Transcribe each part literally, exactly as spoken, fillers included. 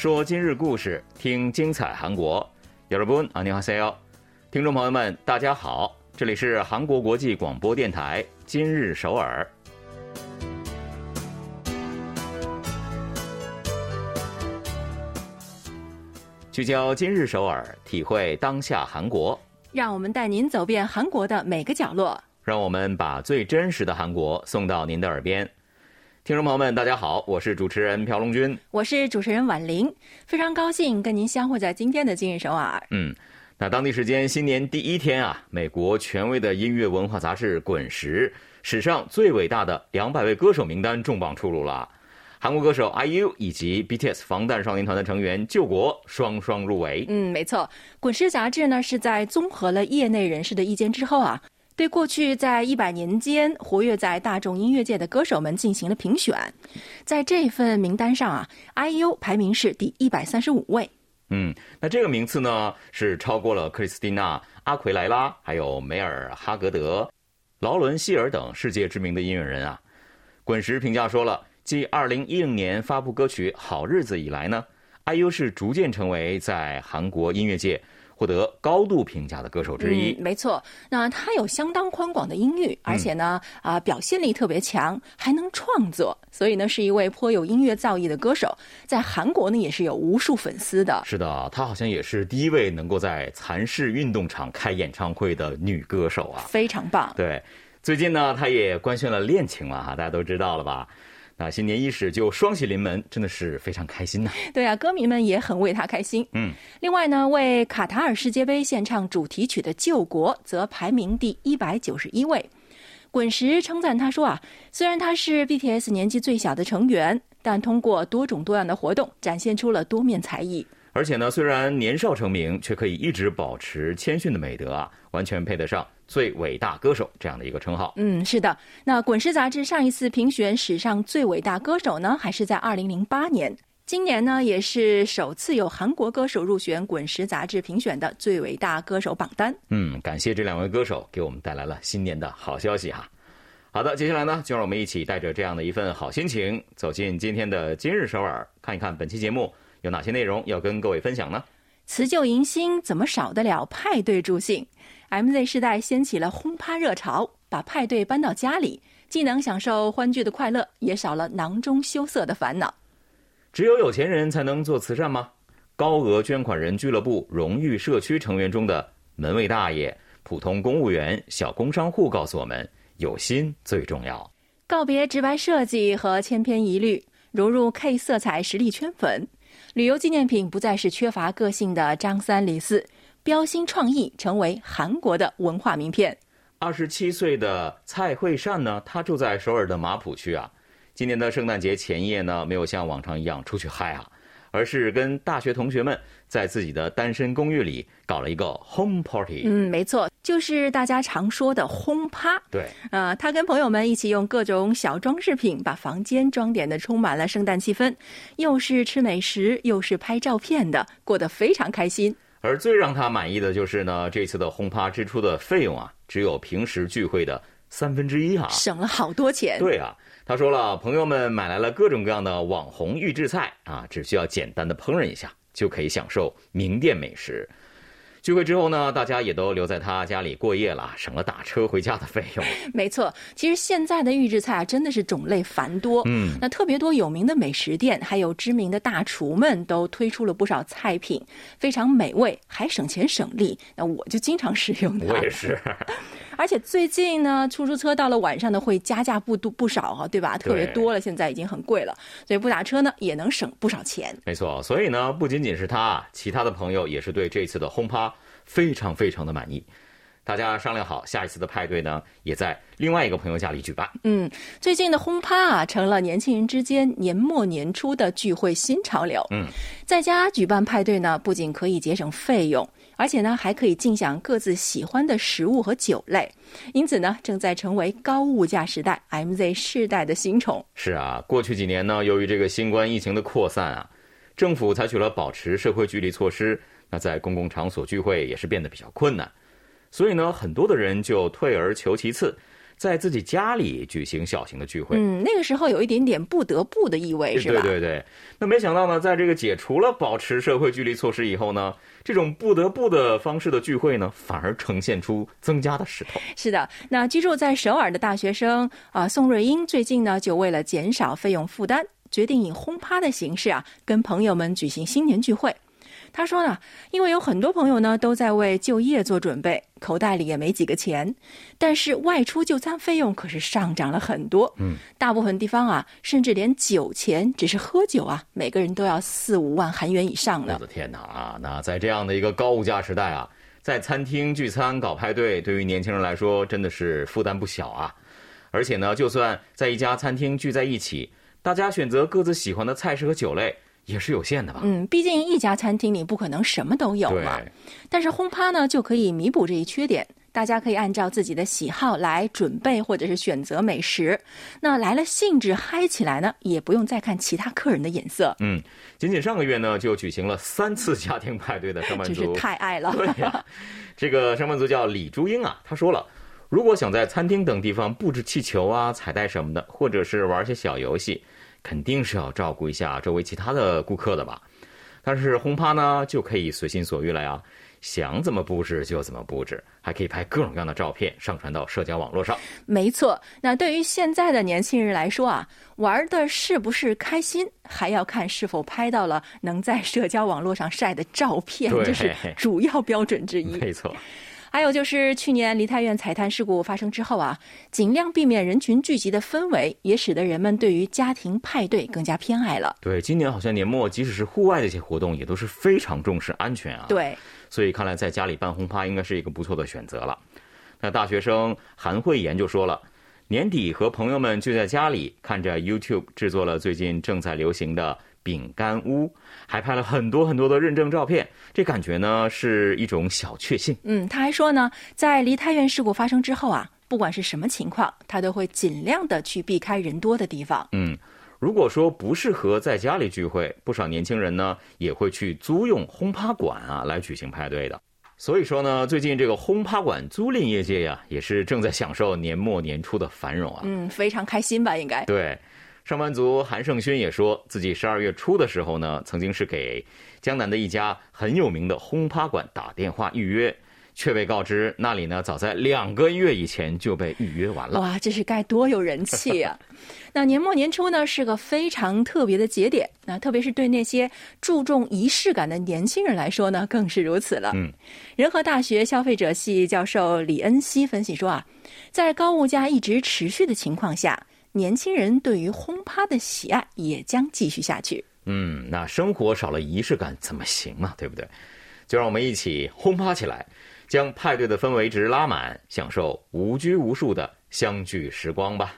说今日故事，听精彩韩国。여러분 안녕하세요，听众朋友们，大家好，这里是韩国国际广播电台今日首尔。聚焦今日首尔，体会当下韩国。 让我们带您走遍韩国的每个角落， 让我们把最真实的韩国送到您的耳边。听众朋友们，大家好，我是主持人朴龙君， 我是主持人婉玲，非常高兴跟您相会在今天的今日首尔。 嗯，那当地时间新年第一天啊，美国权威的音乐文化杂志《滚石》史上最伟大的两百位歌手名单重磅出炉了。韩国歌手 I U 以及 B T S 防弹少年团的成员救国双双入围。 嗯，没错，滚石杂志呢是在综合了业内人士的意见之后啊，对过去在一百年间活跃在大众音乐界的歌手们进行了评选。在这份名单上啊 ，I U 排名是第一百三十五位。 嗯，那这个名次呢是超过了克里斯蒂娜、阿奎莱拉，还有梅尔哈格德、劳伦希尔等世界知名的音乐人啊。滚石评价说了，继二零一零年发布歌曲《好日子》以来呢 ，I U 是逐渐成为在韩国音乐界获得高度评价的歌手之一。 嗯，没错，那他有相当宽广的音域，而且呢，啊、呃，表现力特别强，还能创作，所以呢，是一位颇有音乐造诣的歌手，在韩国呢也是有无数粉丝的。 是的，她好像也是第一位能够在蚕市运动场开演唱会的女歌手啊， 非常棒。 对，最近呢，她也官宣了恋情了哈，大家都知道了吧？那新年伊始就双喜临门，真的是非常开心呐、啊！ 对啊，歌迷们也很为他开心。 嗯， 另外呢，为卡塔尔世界杯献唱主题曲的《救国》则排名第一百九十一位。滚石称赞他说啊，虽然他是 B T S 年纪最小的成员，但通过多种多样的活动，展现出了多面才艺。 而且呢，虽然年少成名，却可以一直保持谦逊的美德啊，完全配得上最伟大歌手这样的一个称号。 嗯，是的。那滚石杂志上一次评选史上最伟大歌手呢，还是在二零零八年。今年呢，也是首次有韩国歌手入选滚石杂志评选的最伟大歌手榜单。 嗯，感谢这两位歌手给我们带来了新年的好消息哈。好的，接下来呢，就让我们一起带着这样的一份好心情，走进今天的今日首尔，看一看本期节目有哪些内容要跟各位分享呢？ 辞旧迎新怎么少得了派对助兴？ M Z 世代掀起了轰趴热潮，把派对搬到家里，既能享受欢聚的快乐，也少了囊中羞涩的烦恼。 只有有钱人才能做慈善吗？高额捐款人俱乐部荣誉社区成员中的门卫大爷、普通公务员、小工商户告诉我们，有心最重要。 告别直白设计和千篇一律，融入 K 色彩实力圈粉，旅游纪念品不再是缺乏个性的张三李四，标新创意成为韩国的文化名片。 二十七岁的蔡慧善呢，她住在首尔的马浦区啊。今年的圣诞节前夜呢，没有像往常一样出去嗨啊，而是跟大学同学们在自己的单身公寓里搞了一个 home party。 嗯，没错，就是大家常说的轰趴。 对， 呃，他跟朋友们一起用各种小装饰品把房间装点的充满了圣诞气氛，又是吃美食又是拍照片的，过得非常开心。 而最让他满意的就是呢，这次的轰趴支出的费用啊，只有平时聚会的三分之一啊， 省了好多钱。 对啊，他说了，朋友们买来了各种各样的网红预制菜啊，只需要简单的烹饪一下，就可以享受名店美食。聚会之后呢，大家也都留在他家里过夜了，省了打车回家的费用。 没错，其实现在的预制菜啊，真的是种类繁多。 嗯， 那特别多有名的美食店，还有知名的大厨们都推出了不少菜品，非常美味，还省钱省力。那我就经常使用它。 我也是。 而且最近呢，出租车到了晚上呢会加价不多不少啊，对吧？特别多了，现在已经很贵了，所以不打车呢也能省不少钱。 没错，所以呢，不仅仅是他，其他的朋友也是对这次的轰趴非常非常的满意。大家商量好，下一次的派对呢，也在另外一个朋友家里举办。 嗯，最近的轰趴啊，成了年轻人之间年末年初的聚会新潮流。 嗯， 在家举办派对呢，不仅可以节省费用，而且呢，还可以尽享各自喜欢的食物和酒类，因此呢，正在成为高物价时代 M Z 世代的新宠。 是啊，过去几年呢，由于这个新冠疫情的扩散啊，政府采取了保持社会距离措施，那在公共场所聚会也是变得比较困难。所以呢，很多的人就退而求其次， 在自己家里举行小型的聚会。 嗯，那个时候有一点点不得不的意味，是吧？ 对对对。那没想到呢，在这个解除了保持社会距离措施以后呢，这种不得不的方式的聚会呢，反而呈现出增加的势头。 是的，那居住在首尔的大学生啊，宋瑞英最近呢，就为了减少费用负担，决定以轰趴的形式啊，跟朋友们举行新年聚会。他说呢，因为有很多朋友呢都在为就业做准备，口袋里也没几个钱，但是外出就餐费用可是上涨了很多。 嗯， 大部分地方啊，甚至连酒钱，只是喝酒啊，每个人都要四五万韩元以上呢。 我的天哪啊！那在这样的一个高物价时代啊，在餐厅聚餐搞派对，对于年轻人来说真的是负担不小啊。而且呢，就算在一家餐厅聚在一起，大家选择各自喜欢的菜式和酒类也是有限的吧？ 嗯，毕竟一家餐厅里不可能什么都有嘛。但是轰趴呢，就可以弥补这一缺点。大家可以按照自己的喜好来准备或者是选择美食。那来了兴致嗨起来呢，也不用再看其他客人的眼色。 嗯，仅仅上个月呢，就举行了三次家庭派对的上班族， 真是太爱了。 对呀、啊，这个上班族叫李珠英啊，他说了，如果想在餐厅等地方布置气球啊、彩带什么的，或者是玩些小游戏，肯定是要照顾一下周围其他的顾客的吧。但是轰趴呢，就可以随心所欲了呀，想怎么布置就怎么布置，还可以拍各种各样的照片上传到社交网络上。 没错，那对于现在的年轻人来说啊，玩的是不是开心，还要看是否拍到了能在社交网络上晒的照片，这是主要标准之一。 没错。 还有就是去年梨泰院踩踏事故发生之后啊，尽量避免人群聚集的氛围，也使得人们对于家庭派对更加偏爱了。 对，今年好像年末即使是户外的一些活动也都是非常重视安全啊。 对， 所以看来在家里办轰趴应该是一个不错的选择了。那大学生韩慧妍就说了，年底和朋友们聚在家里，看着 YouTube 制作了最近正在流行的饼干屋，还拍了很多很多的认证照片，这感觉呢是一种小确幸。 嗯，他还说呢，在梨泰院事故发生之后啊，不管是什么情况，他都会尽量的去避开人多的地方。 嗯，如果说不适合在家里聚会，不少年轻人呢也会去租用轰趴馆啊来举行派对的。所以说呢，最近这个轰趴馆租赁业界呀，也是正在享受年末年初的繁荣啊。 嗯，非常开心吧，应该。 对。上班族韩胜勋也说自己十二月初的时候呢，曾经是给江南的一家很有名的轰趴馆打电话预约，却被告知那里呢早在两个月以前就被预约完了。 哇，这是该多有人气啊！那年末年初呢是个非常特别的节点，那特别是对那些注重仪式感的年轻人来说呢，更是如此了。 嗯， 仁和大学消费者系教授李恩熙分析说啊，在高物价一直持续的情况下，年轻人对于轰趴的喜爱也将继续下去。 嗯，那生活少了仪式感怎么行嘛，对不对？就让我们一起轰趴起来，将派对的氛围值拉满，享受无拘无束的相聚时光吧。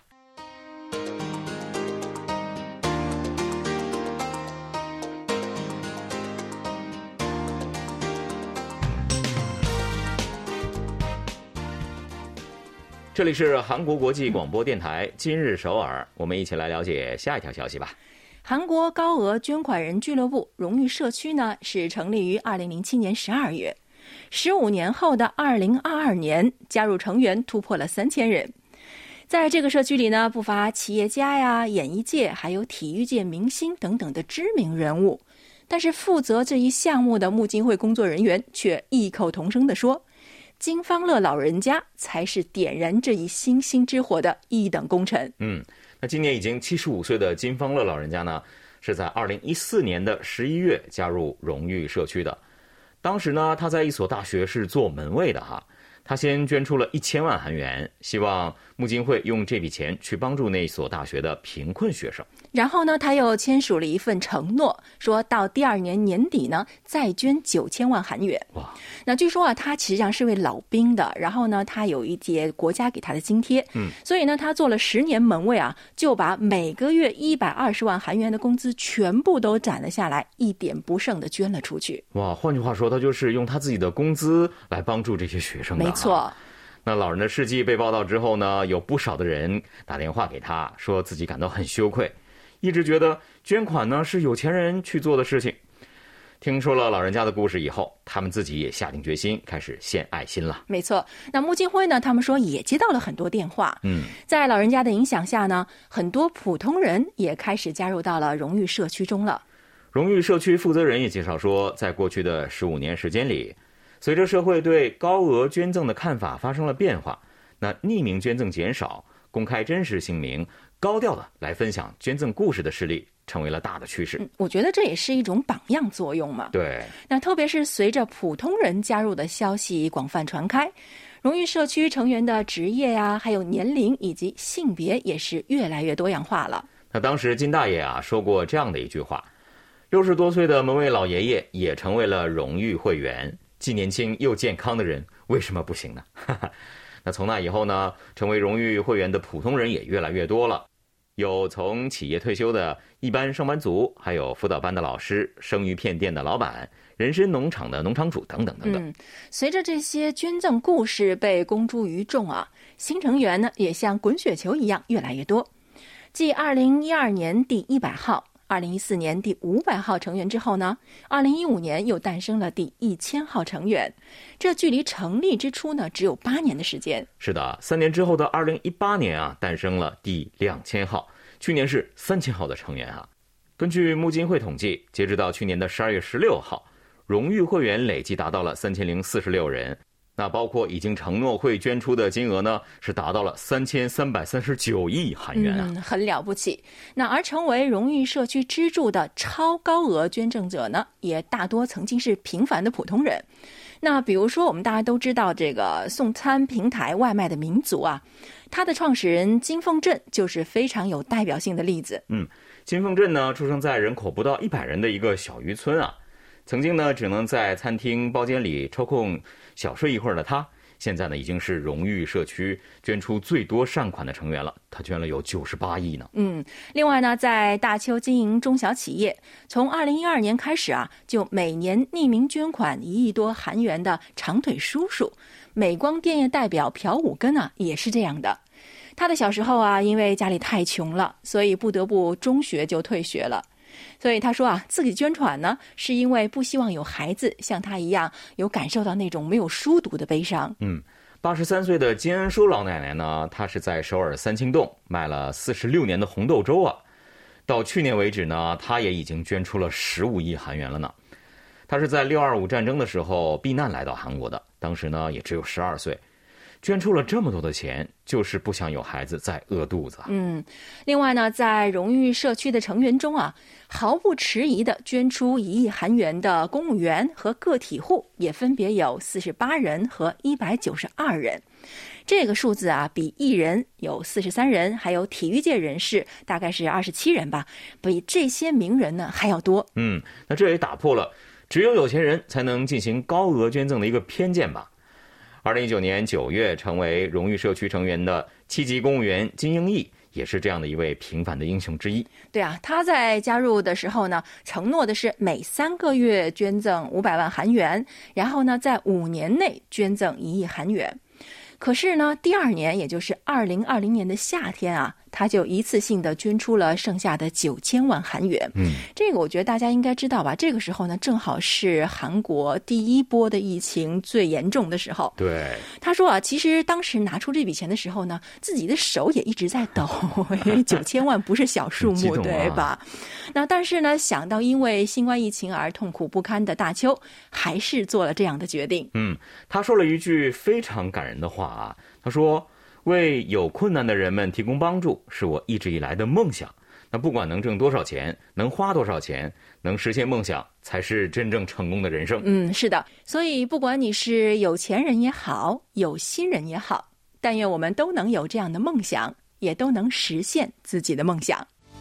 这里是韩国国际广播电台今日首尔，我们一起来了解下一条消息吧。 韩国高额捐款人俱乐部荣誉社区呢，是成立于二零零七年十二月，十五年后的二零二二年，加入成员突破了三千人。在这个社区里呢，不乏企业家呀、演艺界还有体育界明星等等的知名人物。但是负责这一项目的募金会工作人员却异口同声地说，金方乐老人家才是点燃这一星星之火的一等功臣。 嗯，那今年已经七十五岁的金方乐老人家呢，是在二零一四年的十一月加入荣誉社区的。当时呢，他在一所大学是做门卫的哈。他先捐出了一千万韩元，希望募金会用这笔钱去帮助那所大学的贫困学生。 然后呢，他又签署了一份承诺，说到第二年年底呢，再捐九千万韩元。 哇！ 那据说啊，他实际上是位老兵的，然后呢，他有一些国家给他的津贴， 嗯， 所以呢，他做了十年门卫啊，就把每个月一百二十万韩元的工资全部都攒了下来，一点不剩的捐了出去。 哇！换句话说，他就是用他自己的工资来帮助这些学生的。 没错。 那老人的事迹被报道之后呢，有不少的人打电话给他，说自己感到很羞愧，一直觉得捐款呢是有钱人去做的事情。 听说了老人家的故事以后，他们自己也下定决心开始献爱心了。 没错，那穆金辉呢，他们说也接到了很多电话。 嗯， 在老人家的影响下呢，很多普通人也开始加入到了荣誉社区中了。 荣誉社区负责人也介绍说，在过去的十五年时间里，随着社会对高额捐赠的看法发生了变化，那匿名捐赠减少，公开真实姓名，高调的来分享捐赠故事的势力成为了大的趋势。 嗯，我觉得这也是一种榜样作用嘛。 对， 那特别是随着普通人加入的消息广泛传开，荣誉社区成员的职业啊，还有年龄以及性别也是越来越多样化了。 那当时金大爷啊说过这样的一句话：六十多岁的某位老爷爷也成为了荣誉会员，既年轻又健康的人为什么不行呢？那从那以后呢，成为荣誉会员的普通人也越来越多了，有从企业退休的一般上班族，还有辅导班的老师，生鱼片店的老板，人参农场的农场主等等等等。 嗯，随着这些捐赠故事被公诸于众啊，新成员呢也像滚雪球一样越来越多。继二零一二年第一百号、二零一四年第五百号成员之后呢，二零一五年又诞生了第一千号成员，这距离成立之初呢只有八年的时间。 是的，三年之后的二零一八年啊，诞生了第两千号，去年是三千号的成员啊。根据穆金会统计，截止到去年的十二月十六号，荣誉会员累计达到了三千零四十六人。那包括已经承诺会捐出的金额呢，是达到了三千三百三十九亿韩元啊， 嗯，很了不起。那而成为荣誉社区支柱的超高额捐赠者呢，也大多曾经是平凡的普通人。那比如说，我们大家都知道这个送餐平台外卖的民族啊，它的创始人金凤镇就是非常有代表性的例子。 嗯，金凤镇呢，出生在人口不到一百人的一个小渔村啊。曾经呢，只能在餐厅包间里抽空小睡一会儿的他，现在呢已经是荣誉社区捐出最多善款的成员了，他捐了有九十八亿呢。 嗯，另外呢，在大邱经营中小企业，从二零一二年开始啊，就每年匿名捐款一亿多韩元的长腿叔叔，美光电业代表朴武根啊，也是这样的。他的小时候啊，因为家里太穷了，所以不得不中学就退学了。所以他说啊，自己捐款呢，是因为不希望有孩子像他一样有感受到那种没有书读的悲伤。 嗯，八十三岁的金恩淑老奶奶呢，她是在首尔三清洞卖了四十六年的红豆粥啊。到去年为止呢，她也已经捐出了十五亿韩元了呢。她是在六二五战争的时候避难来到韩国的，当时呢也只有十二岁。捐出了这么多的钱，就是不想有孩子再饿肚子。 嗯，另外呢，在荣誉社区的成员中啊，毫不迟疑地捐出一亿韩元的公务员和个体户也分别有四十八人和一百九十二人。这个数字啊，比艺人有四十三人，还有体育界人士大概是二十七人吧，比这些名人呢还要多。 嗯，那这也打破了只有有钱人才能进行高额捐赠的一个偏见吧。二零一九年九月成为荣誉社区成员的七级公务员金英义也是这样的一位平凡的英雄之一。 对啊，他在加入的时候呢，承诺的是每三个月捐赠五百万韩元，然后呢，在五年内捐赠一亿韩元。可是呢，第二年，也就是二零二零年的夏天啊，他就一次性的捐出了剩下的九千万韩元。 嗯， 这个我觉得大家应该知道吧？这个时候呢，正好是韩国第一波的疫情最严重的时候。 对， 他说啊，其实当时拿出这笔钱的时候呢，自己的手也一直在抖，因为九千万不是小数目， 啊、 对吧？那但是呢，想到因为新冠疫情而痛苦不堪的大邱，还是做了这样的决定。 嗯，他说了一句非常感人的话啊，他说：“为有困难的人们提供帮助，是我一直以来的梦想。那不管能挣多少钱，能花多少钱，能实现梦想，才是真正成功的人生。” 嗯，是的。所以不管你是有钱人也好，有心人也好，但愿我们都能有这样的梦想，也都能实现自己的梦想。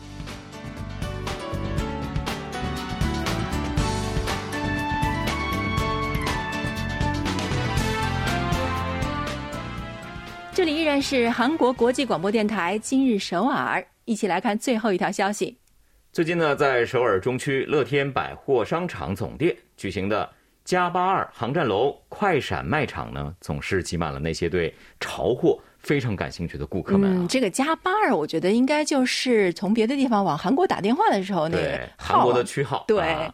这里依然是韩国国际广播电台今日首尔，一起来看最后一条消息。 最近呢，在首尔中区乐天百货商场总店举行的加八二航站楼快闪卖场呢，总是挤满了那些对潮货非常感兴趣的顾客们、啊。 嗯，这个加八二，我觉得应该就是从别的地方往韩国打电话的时候那个号、啊， 韩国的区号。 对。 啊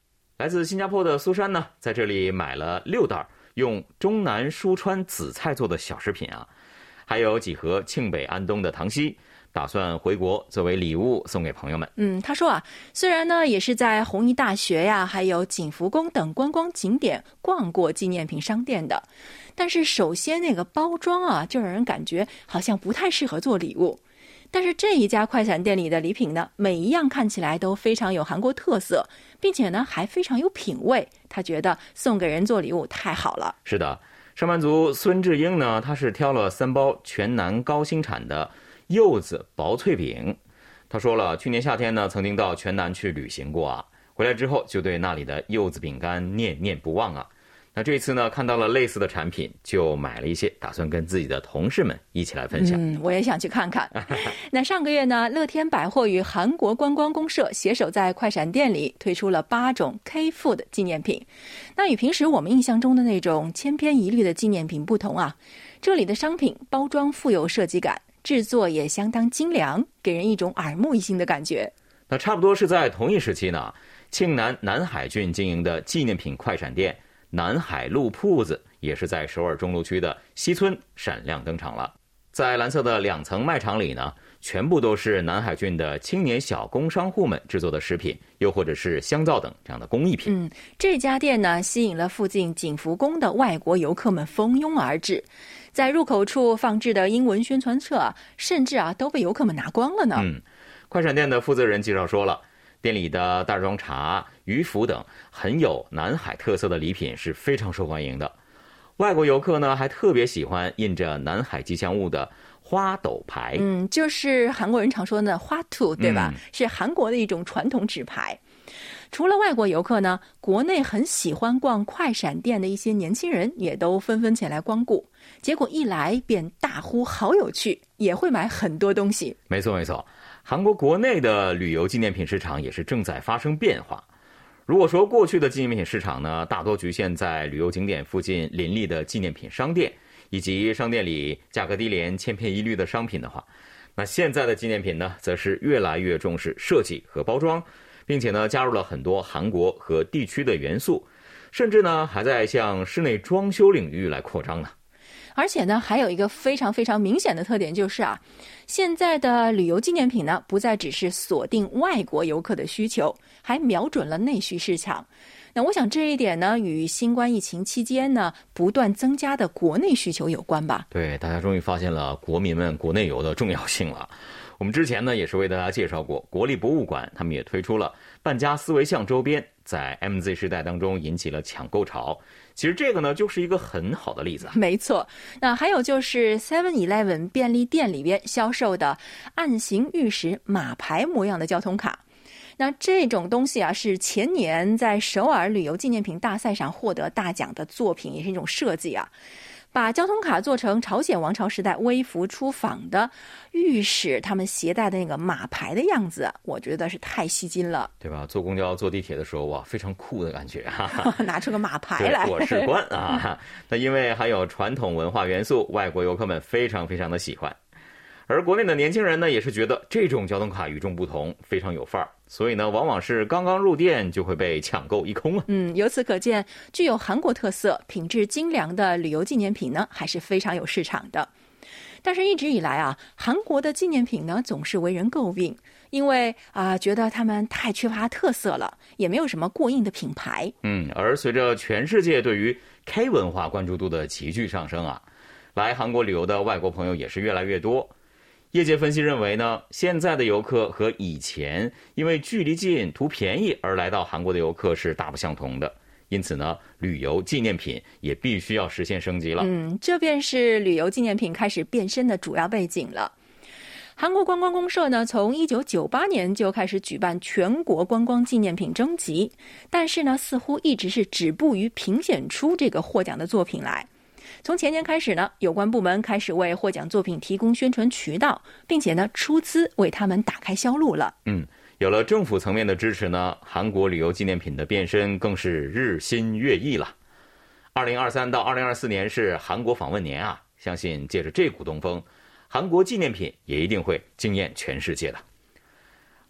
来自新加坡的苏珊呢，在这里买了六袋用中南书川紫菜做的小食品啊，还有几盒庆北安东的糖稀，打算回国作为礼物送给朋友们。 嗯，他说啊，虽然呢也是在弘毅大学呀，还有景福宫等观光景点逛过纪念品商店的，但是首先那个包装啊，就让人感觉好像不太适合做礼物。但是这一家快闪店里的礼品呢，每一样看起来都非常有韩国特色，并且呢还非常有品味。他觉得送给人做礼物太好了。 是的，上班族孙志英呢，他是挑了三包全南高新产的柚子薄脆饼。他说了，去年夏天呢，曾经到全南去旅行过啊，回来之后就对那里的柚子饼干念念不忘啊。那这次呢，看到了类似的产品，就买了一些，打算跟自己的同事们一起来分享。 嗯，我也想去看看。那上个月呢，乐天百货与韩国观光公社携手在快闪店里推出了八种 K-Food 纪念品。那与平时我们印象中的那种千篇一律的纪念品不同啊，这里的商品包装富有设计感，制作也相当精良，给人一种耳目一新的感觉。 那差不多是在同一时期呢，庆南南海郡经营的纪念品快闪店南海路铺子也是在首尔中路区的西村闪亮登场了。在蓝色的两层卖场里呢，全部都是南海郡的青年小工商户们制作的食品，又或者是香皂等这样的工艺品。 嗯，这家店呢，吸引了附近景福宫的外国游客们蜂拥而至，在入口处放置的英文宣传册啊，甚至啊都被游客们拿光了呢。 嗯，快闪店的负责人介绍说了，店里的袋装茶、鱼脯等很有南海特色的礼品是非常受欢迎的。外国游客呢，还特别喜欢印着南海吉祥物的花斗牌。 嗯，就是韩国人常说的花兔，对吧？ 嗯、 是韩国的一种传统纸牌。除了外国游客呢，国内很喜欢逛快闪店的一些年轻人也都纷纷前来光顾，结果一来便大呼好有趣，也会买很多东西。 没错没错，韩国国内的旅游纪念品市场也是正在发生变化。如果说过去的纪念品市场呢，大多局限在旅游景点附近林立的纪念品商店，以及商店里价格低廉、千篇一律的商品的话，那现在的纪念品呢，则是越来越重视设计和包装，并且呢，加入了很多韩国和地区的元素，甚至呢，还在向室内装修领域来扩张呢。 而且呢，还有一个非常非常明显的特点就是啊，现在的旅游纪念品呢，不再只是锁定外国游客的需求，还瞄准了内需市场。那我想这一点呢，与新冠疫情期间呢，不断增加的国内需求有关吧？ 对，大家终于发现了国民们国内游的重要性了。我们之前呢，也是为大家介绍过，国立博物馆他们也推出了半家思维巷周边，在 M Z 时代当中引起了抢购潮。其实这个呢，就是一个很好的例子。 没错，那还有就是 seven eleven 便利店里边销售的暗行玉石马牌模样的交通卡。那这种东西啊，是前年在首尔旅游纪念品大赛上获得大奖的作品，也是一种设计啊。把交通卡做成朝鲜王朝时代微服出访的御史他们携带的那个马牌的样子，我觉得是太吸睛了， 对吧？坐公交、坐地铁的时候哇，非常酷的感觉哈， 拿出个马牌来， 我是官啊。那因为还有传统文化元素，外国游客们非常非常的喜欢。而国内的年轻人呢，也是觉得这种交通卡与众不同，非常有范儿，所以呢，往往是刚刚入店就会被抢购一空啊。 嗯，由此可见，具有韩国特色、品质精良的旅游纪念品呢，还是非常有市场的。但是，一直以来啊，韩国的纪念品呢，总是为人诟病，因为啊、呃，觉得他们太缺乏特色了，也没有什么过硬的品牌。 嗯，而随着全世界对于 K 文化关注度的急剧上升啊，来韩国旅游的外国朋友也是越来越多。业界分析认为呢，现在的游客和以前因为距离近、图便宜而来到韩国的游客是大不相同的。因此呢，旅游纪念品也必须要实现升级了。 嗯，这便是旅游纪念品开始变身的主要背景了。韩国观光公社呢，从一九九八年就开始举办全国观光纪念品征集，但是呢，似乎一直是止步于评选出这个获奖的作品来。从前年开始呢，有关部门开始为获奖作品提供宣传渠道，并且呢，出资为他们打开销路了。 嗯，有了政府层面的支持呢，韩国旅游纪念品的变身更是日新月异了。二零二三到二零二四年是韩国访问年啊，相信借着这股东风，韩国纪念品也一定会惊艳全世界的。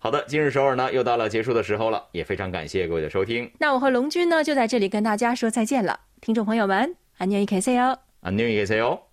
好的，今日首尔呢又到了结束的时候了，也非常感谢各位的收听。 那我和龙君呢就在这里跟大家说再见了，听众朋友们，안녕히 계세요。 안녕히 계세요。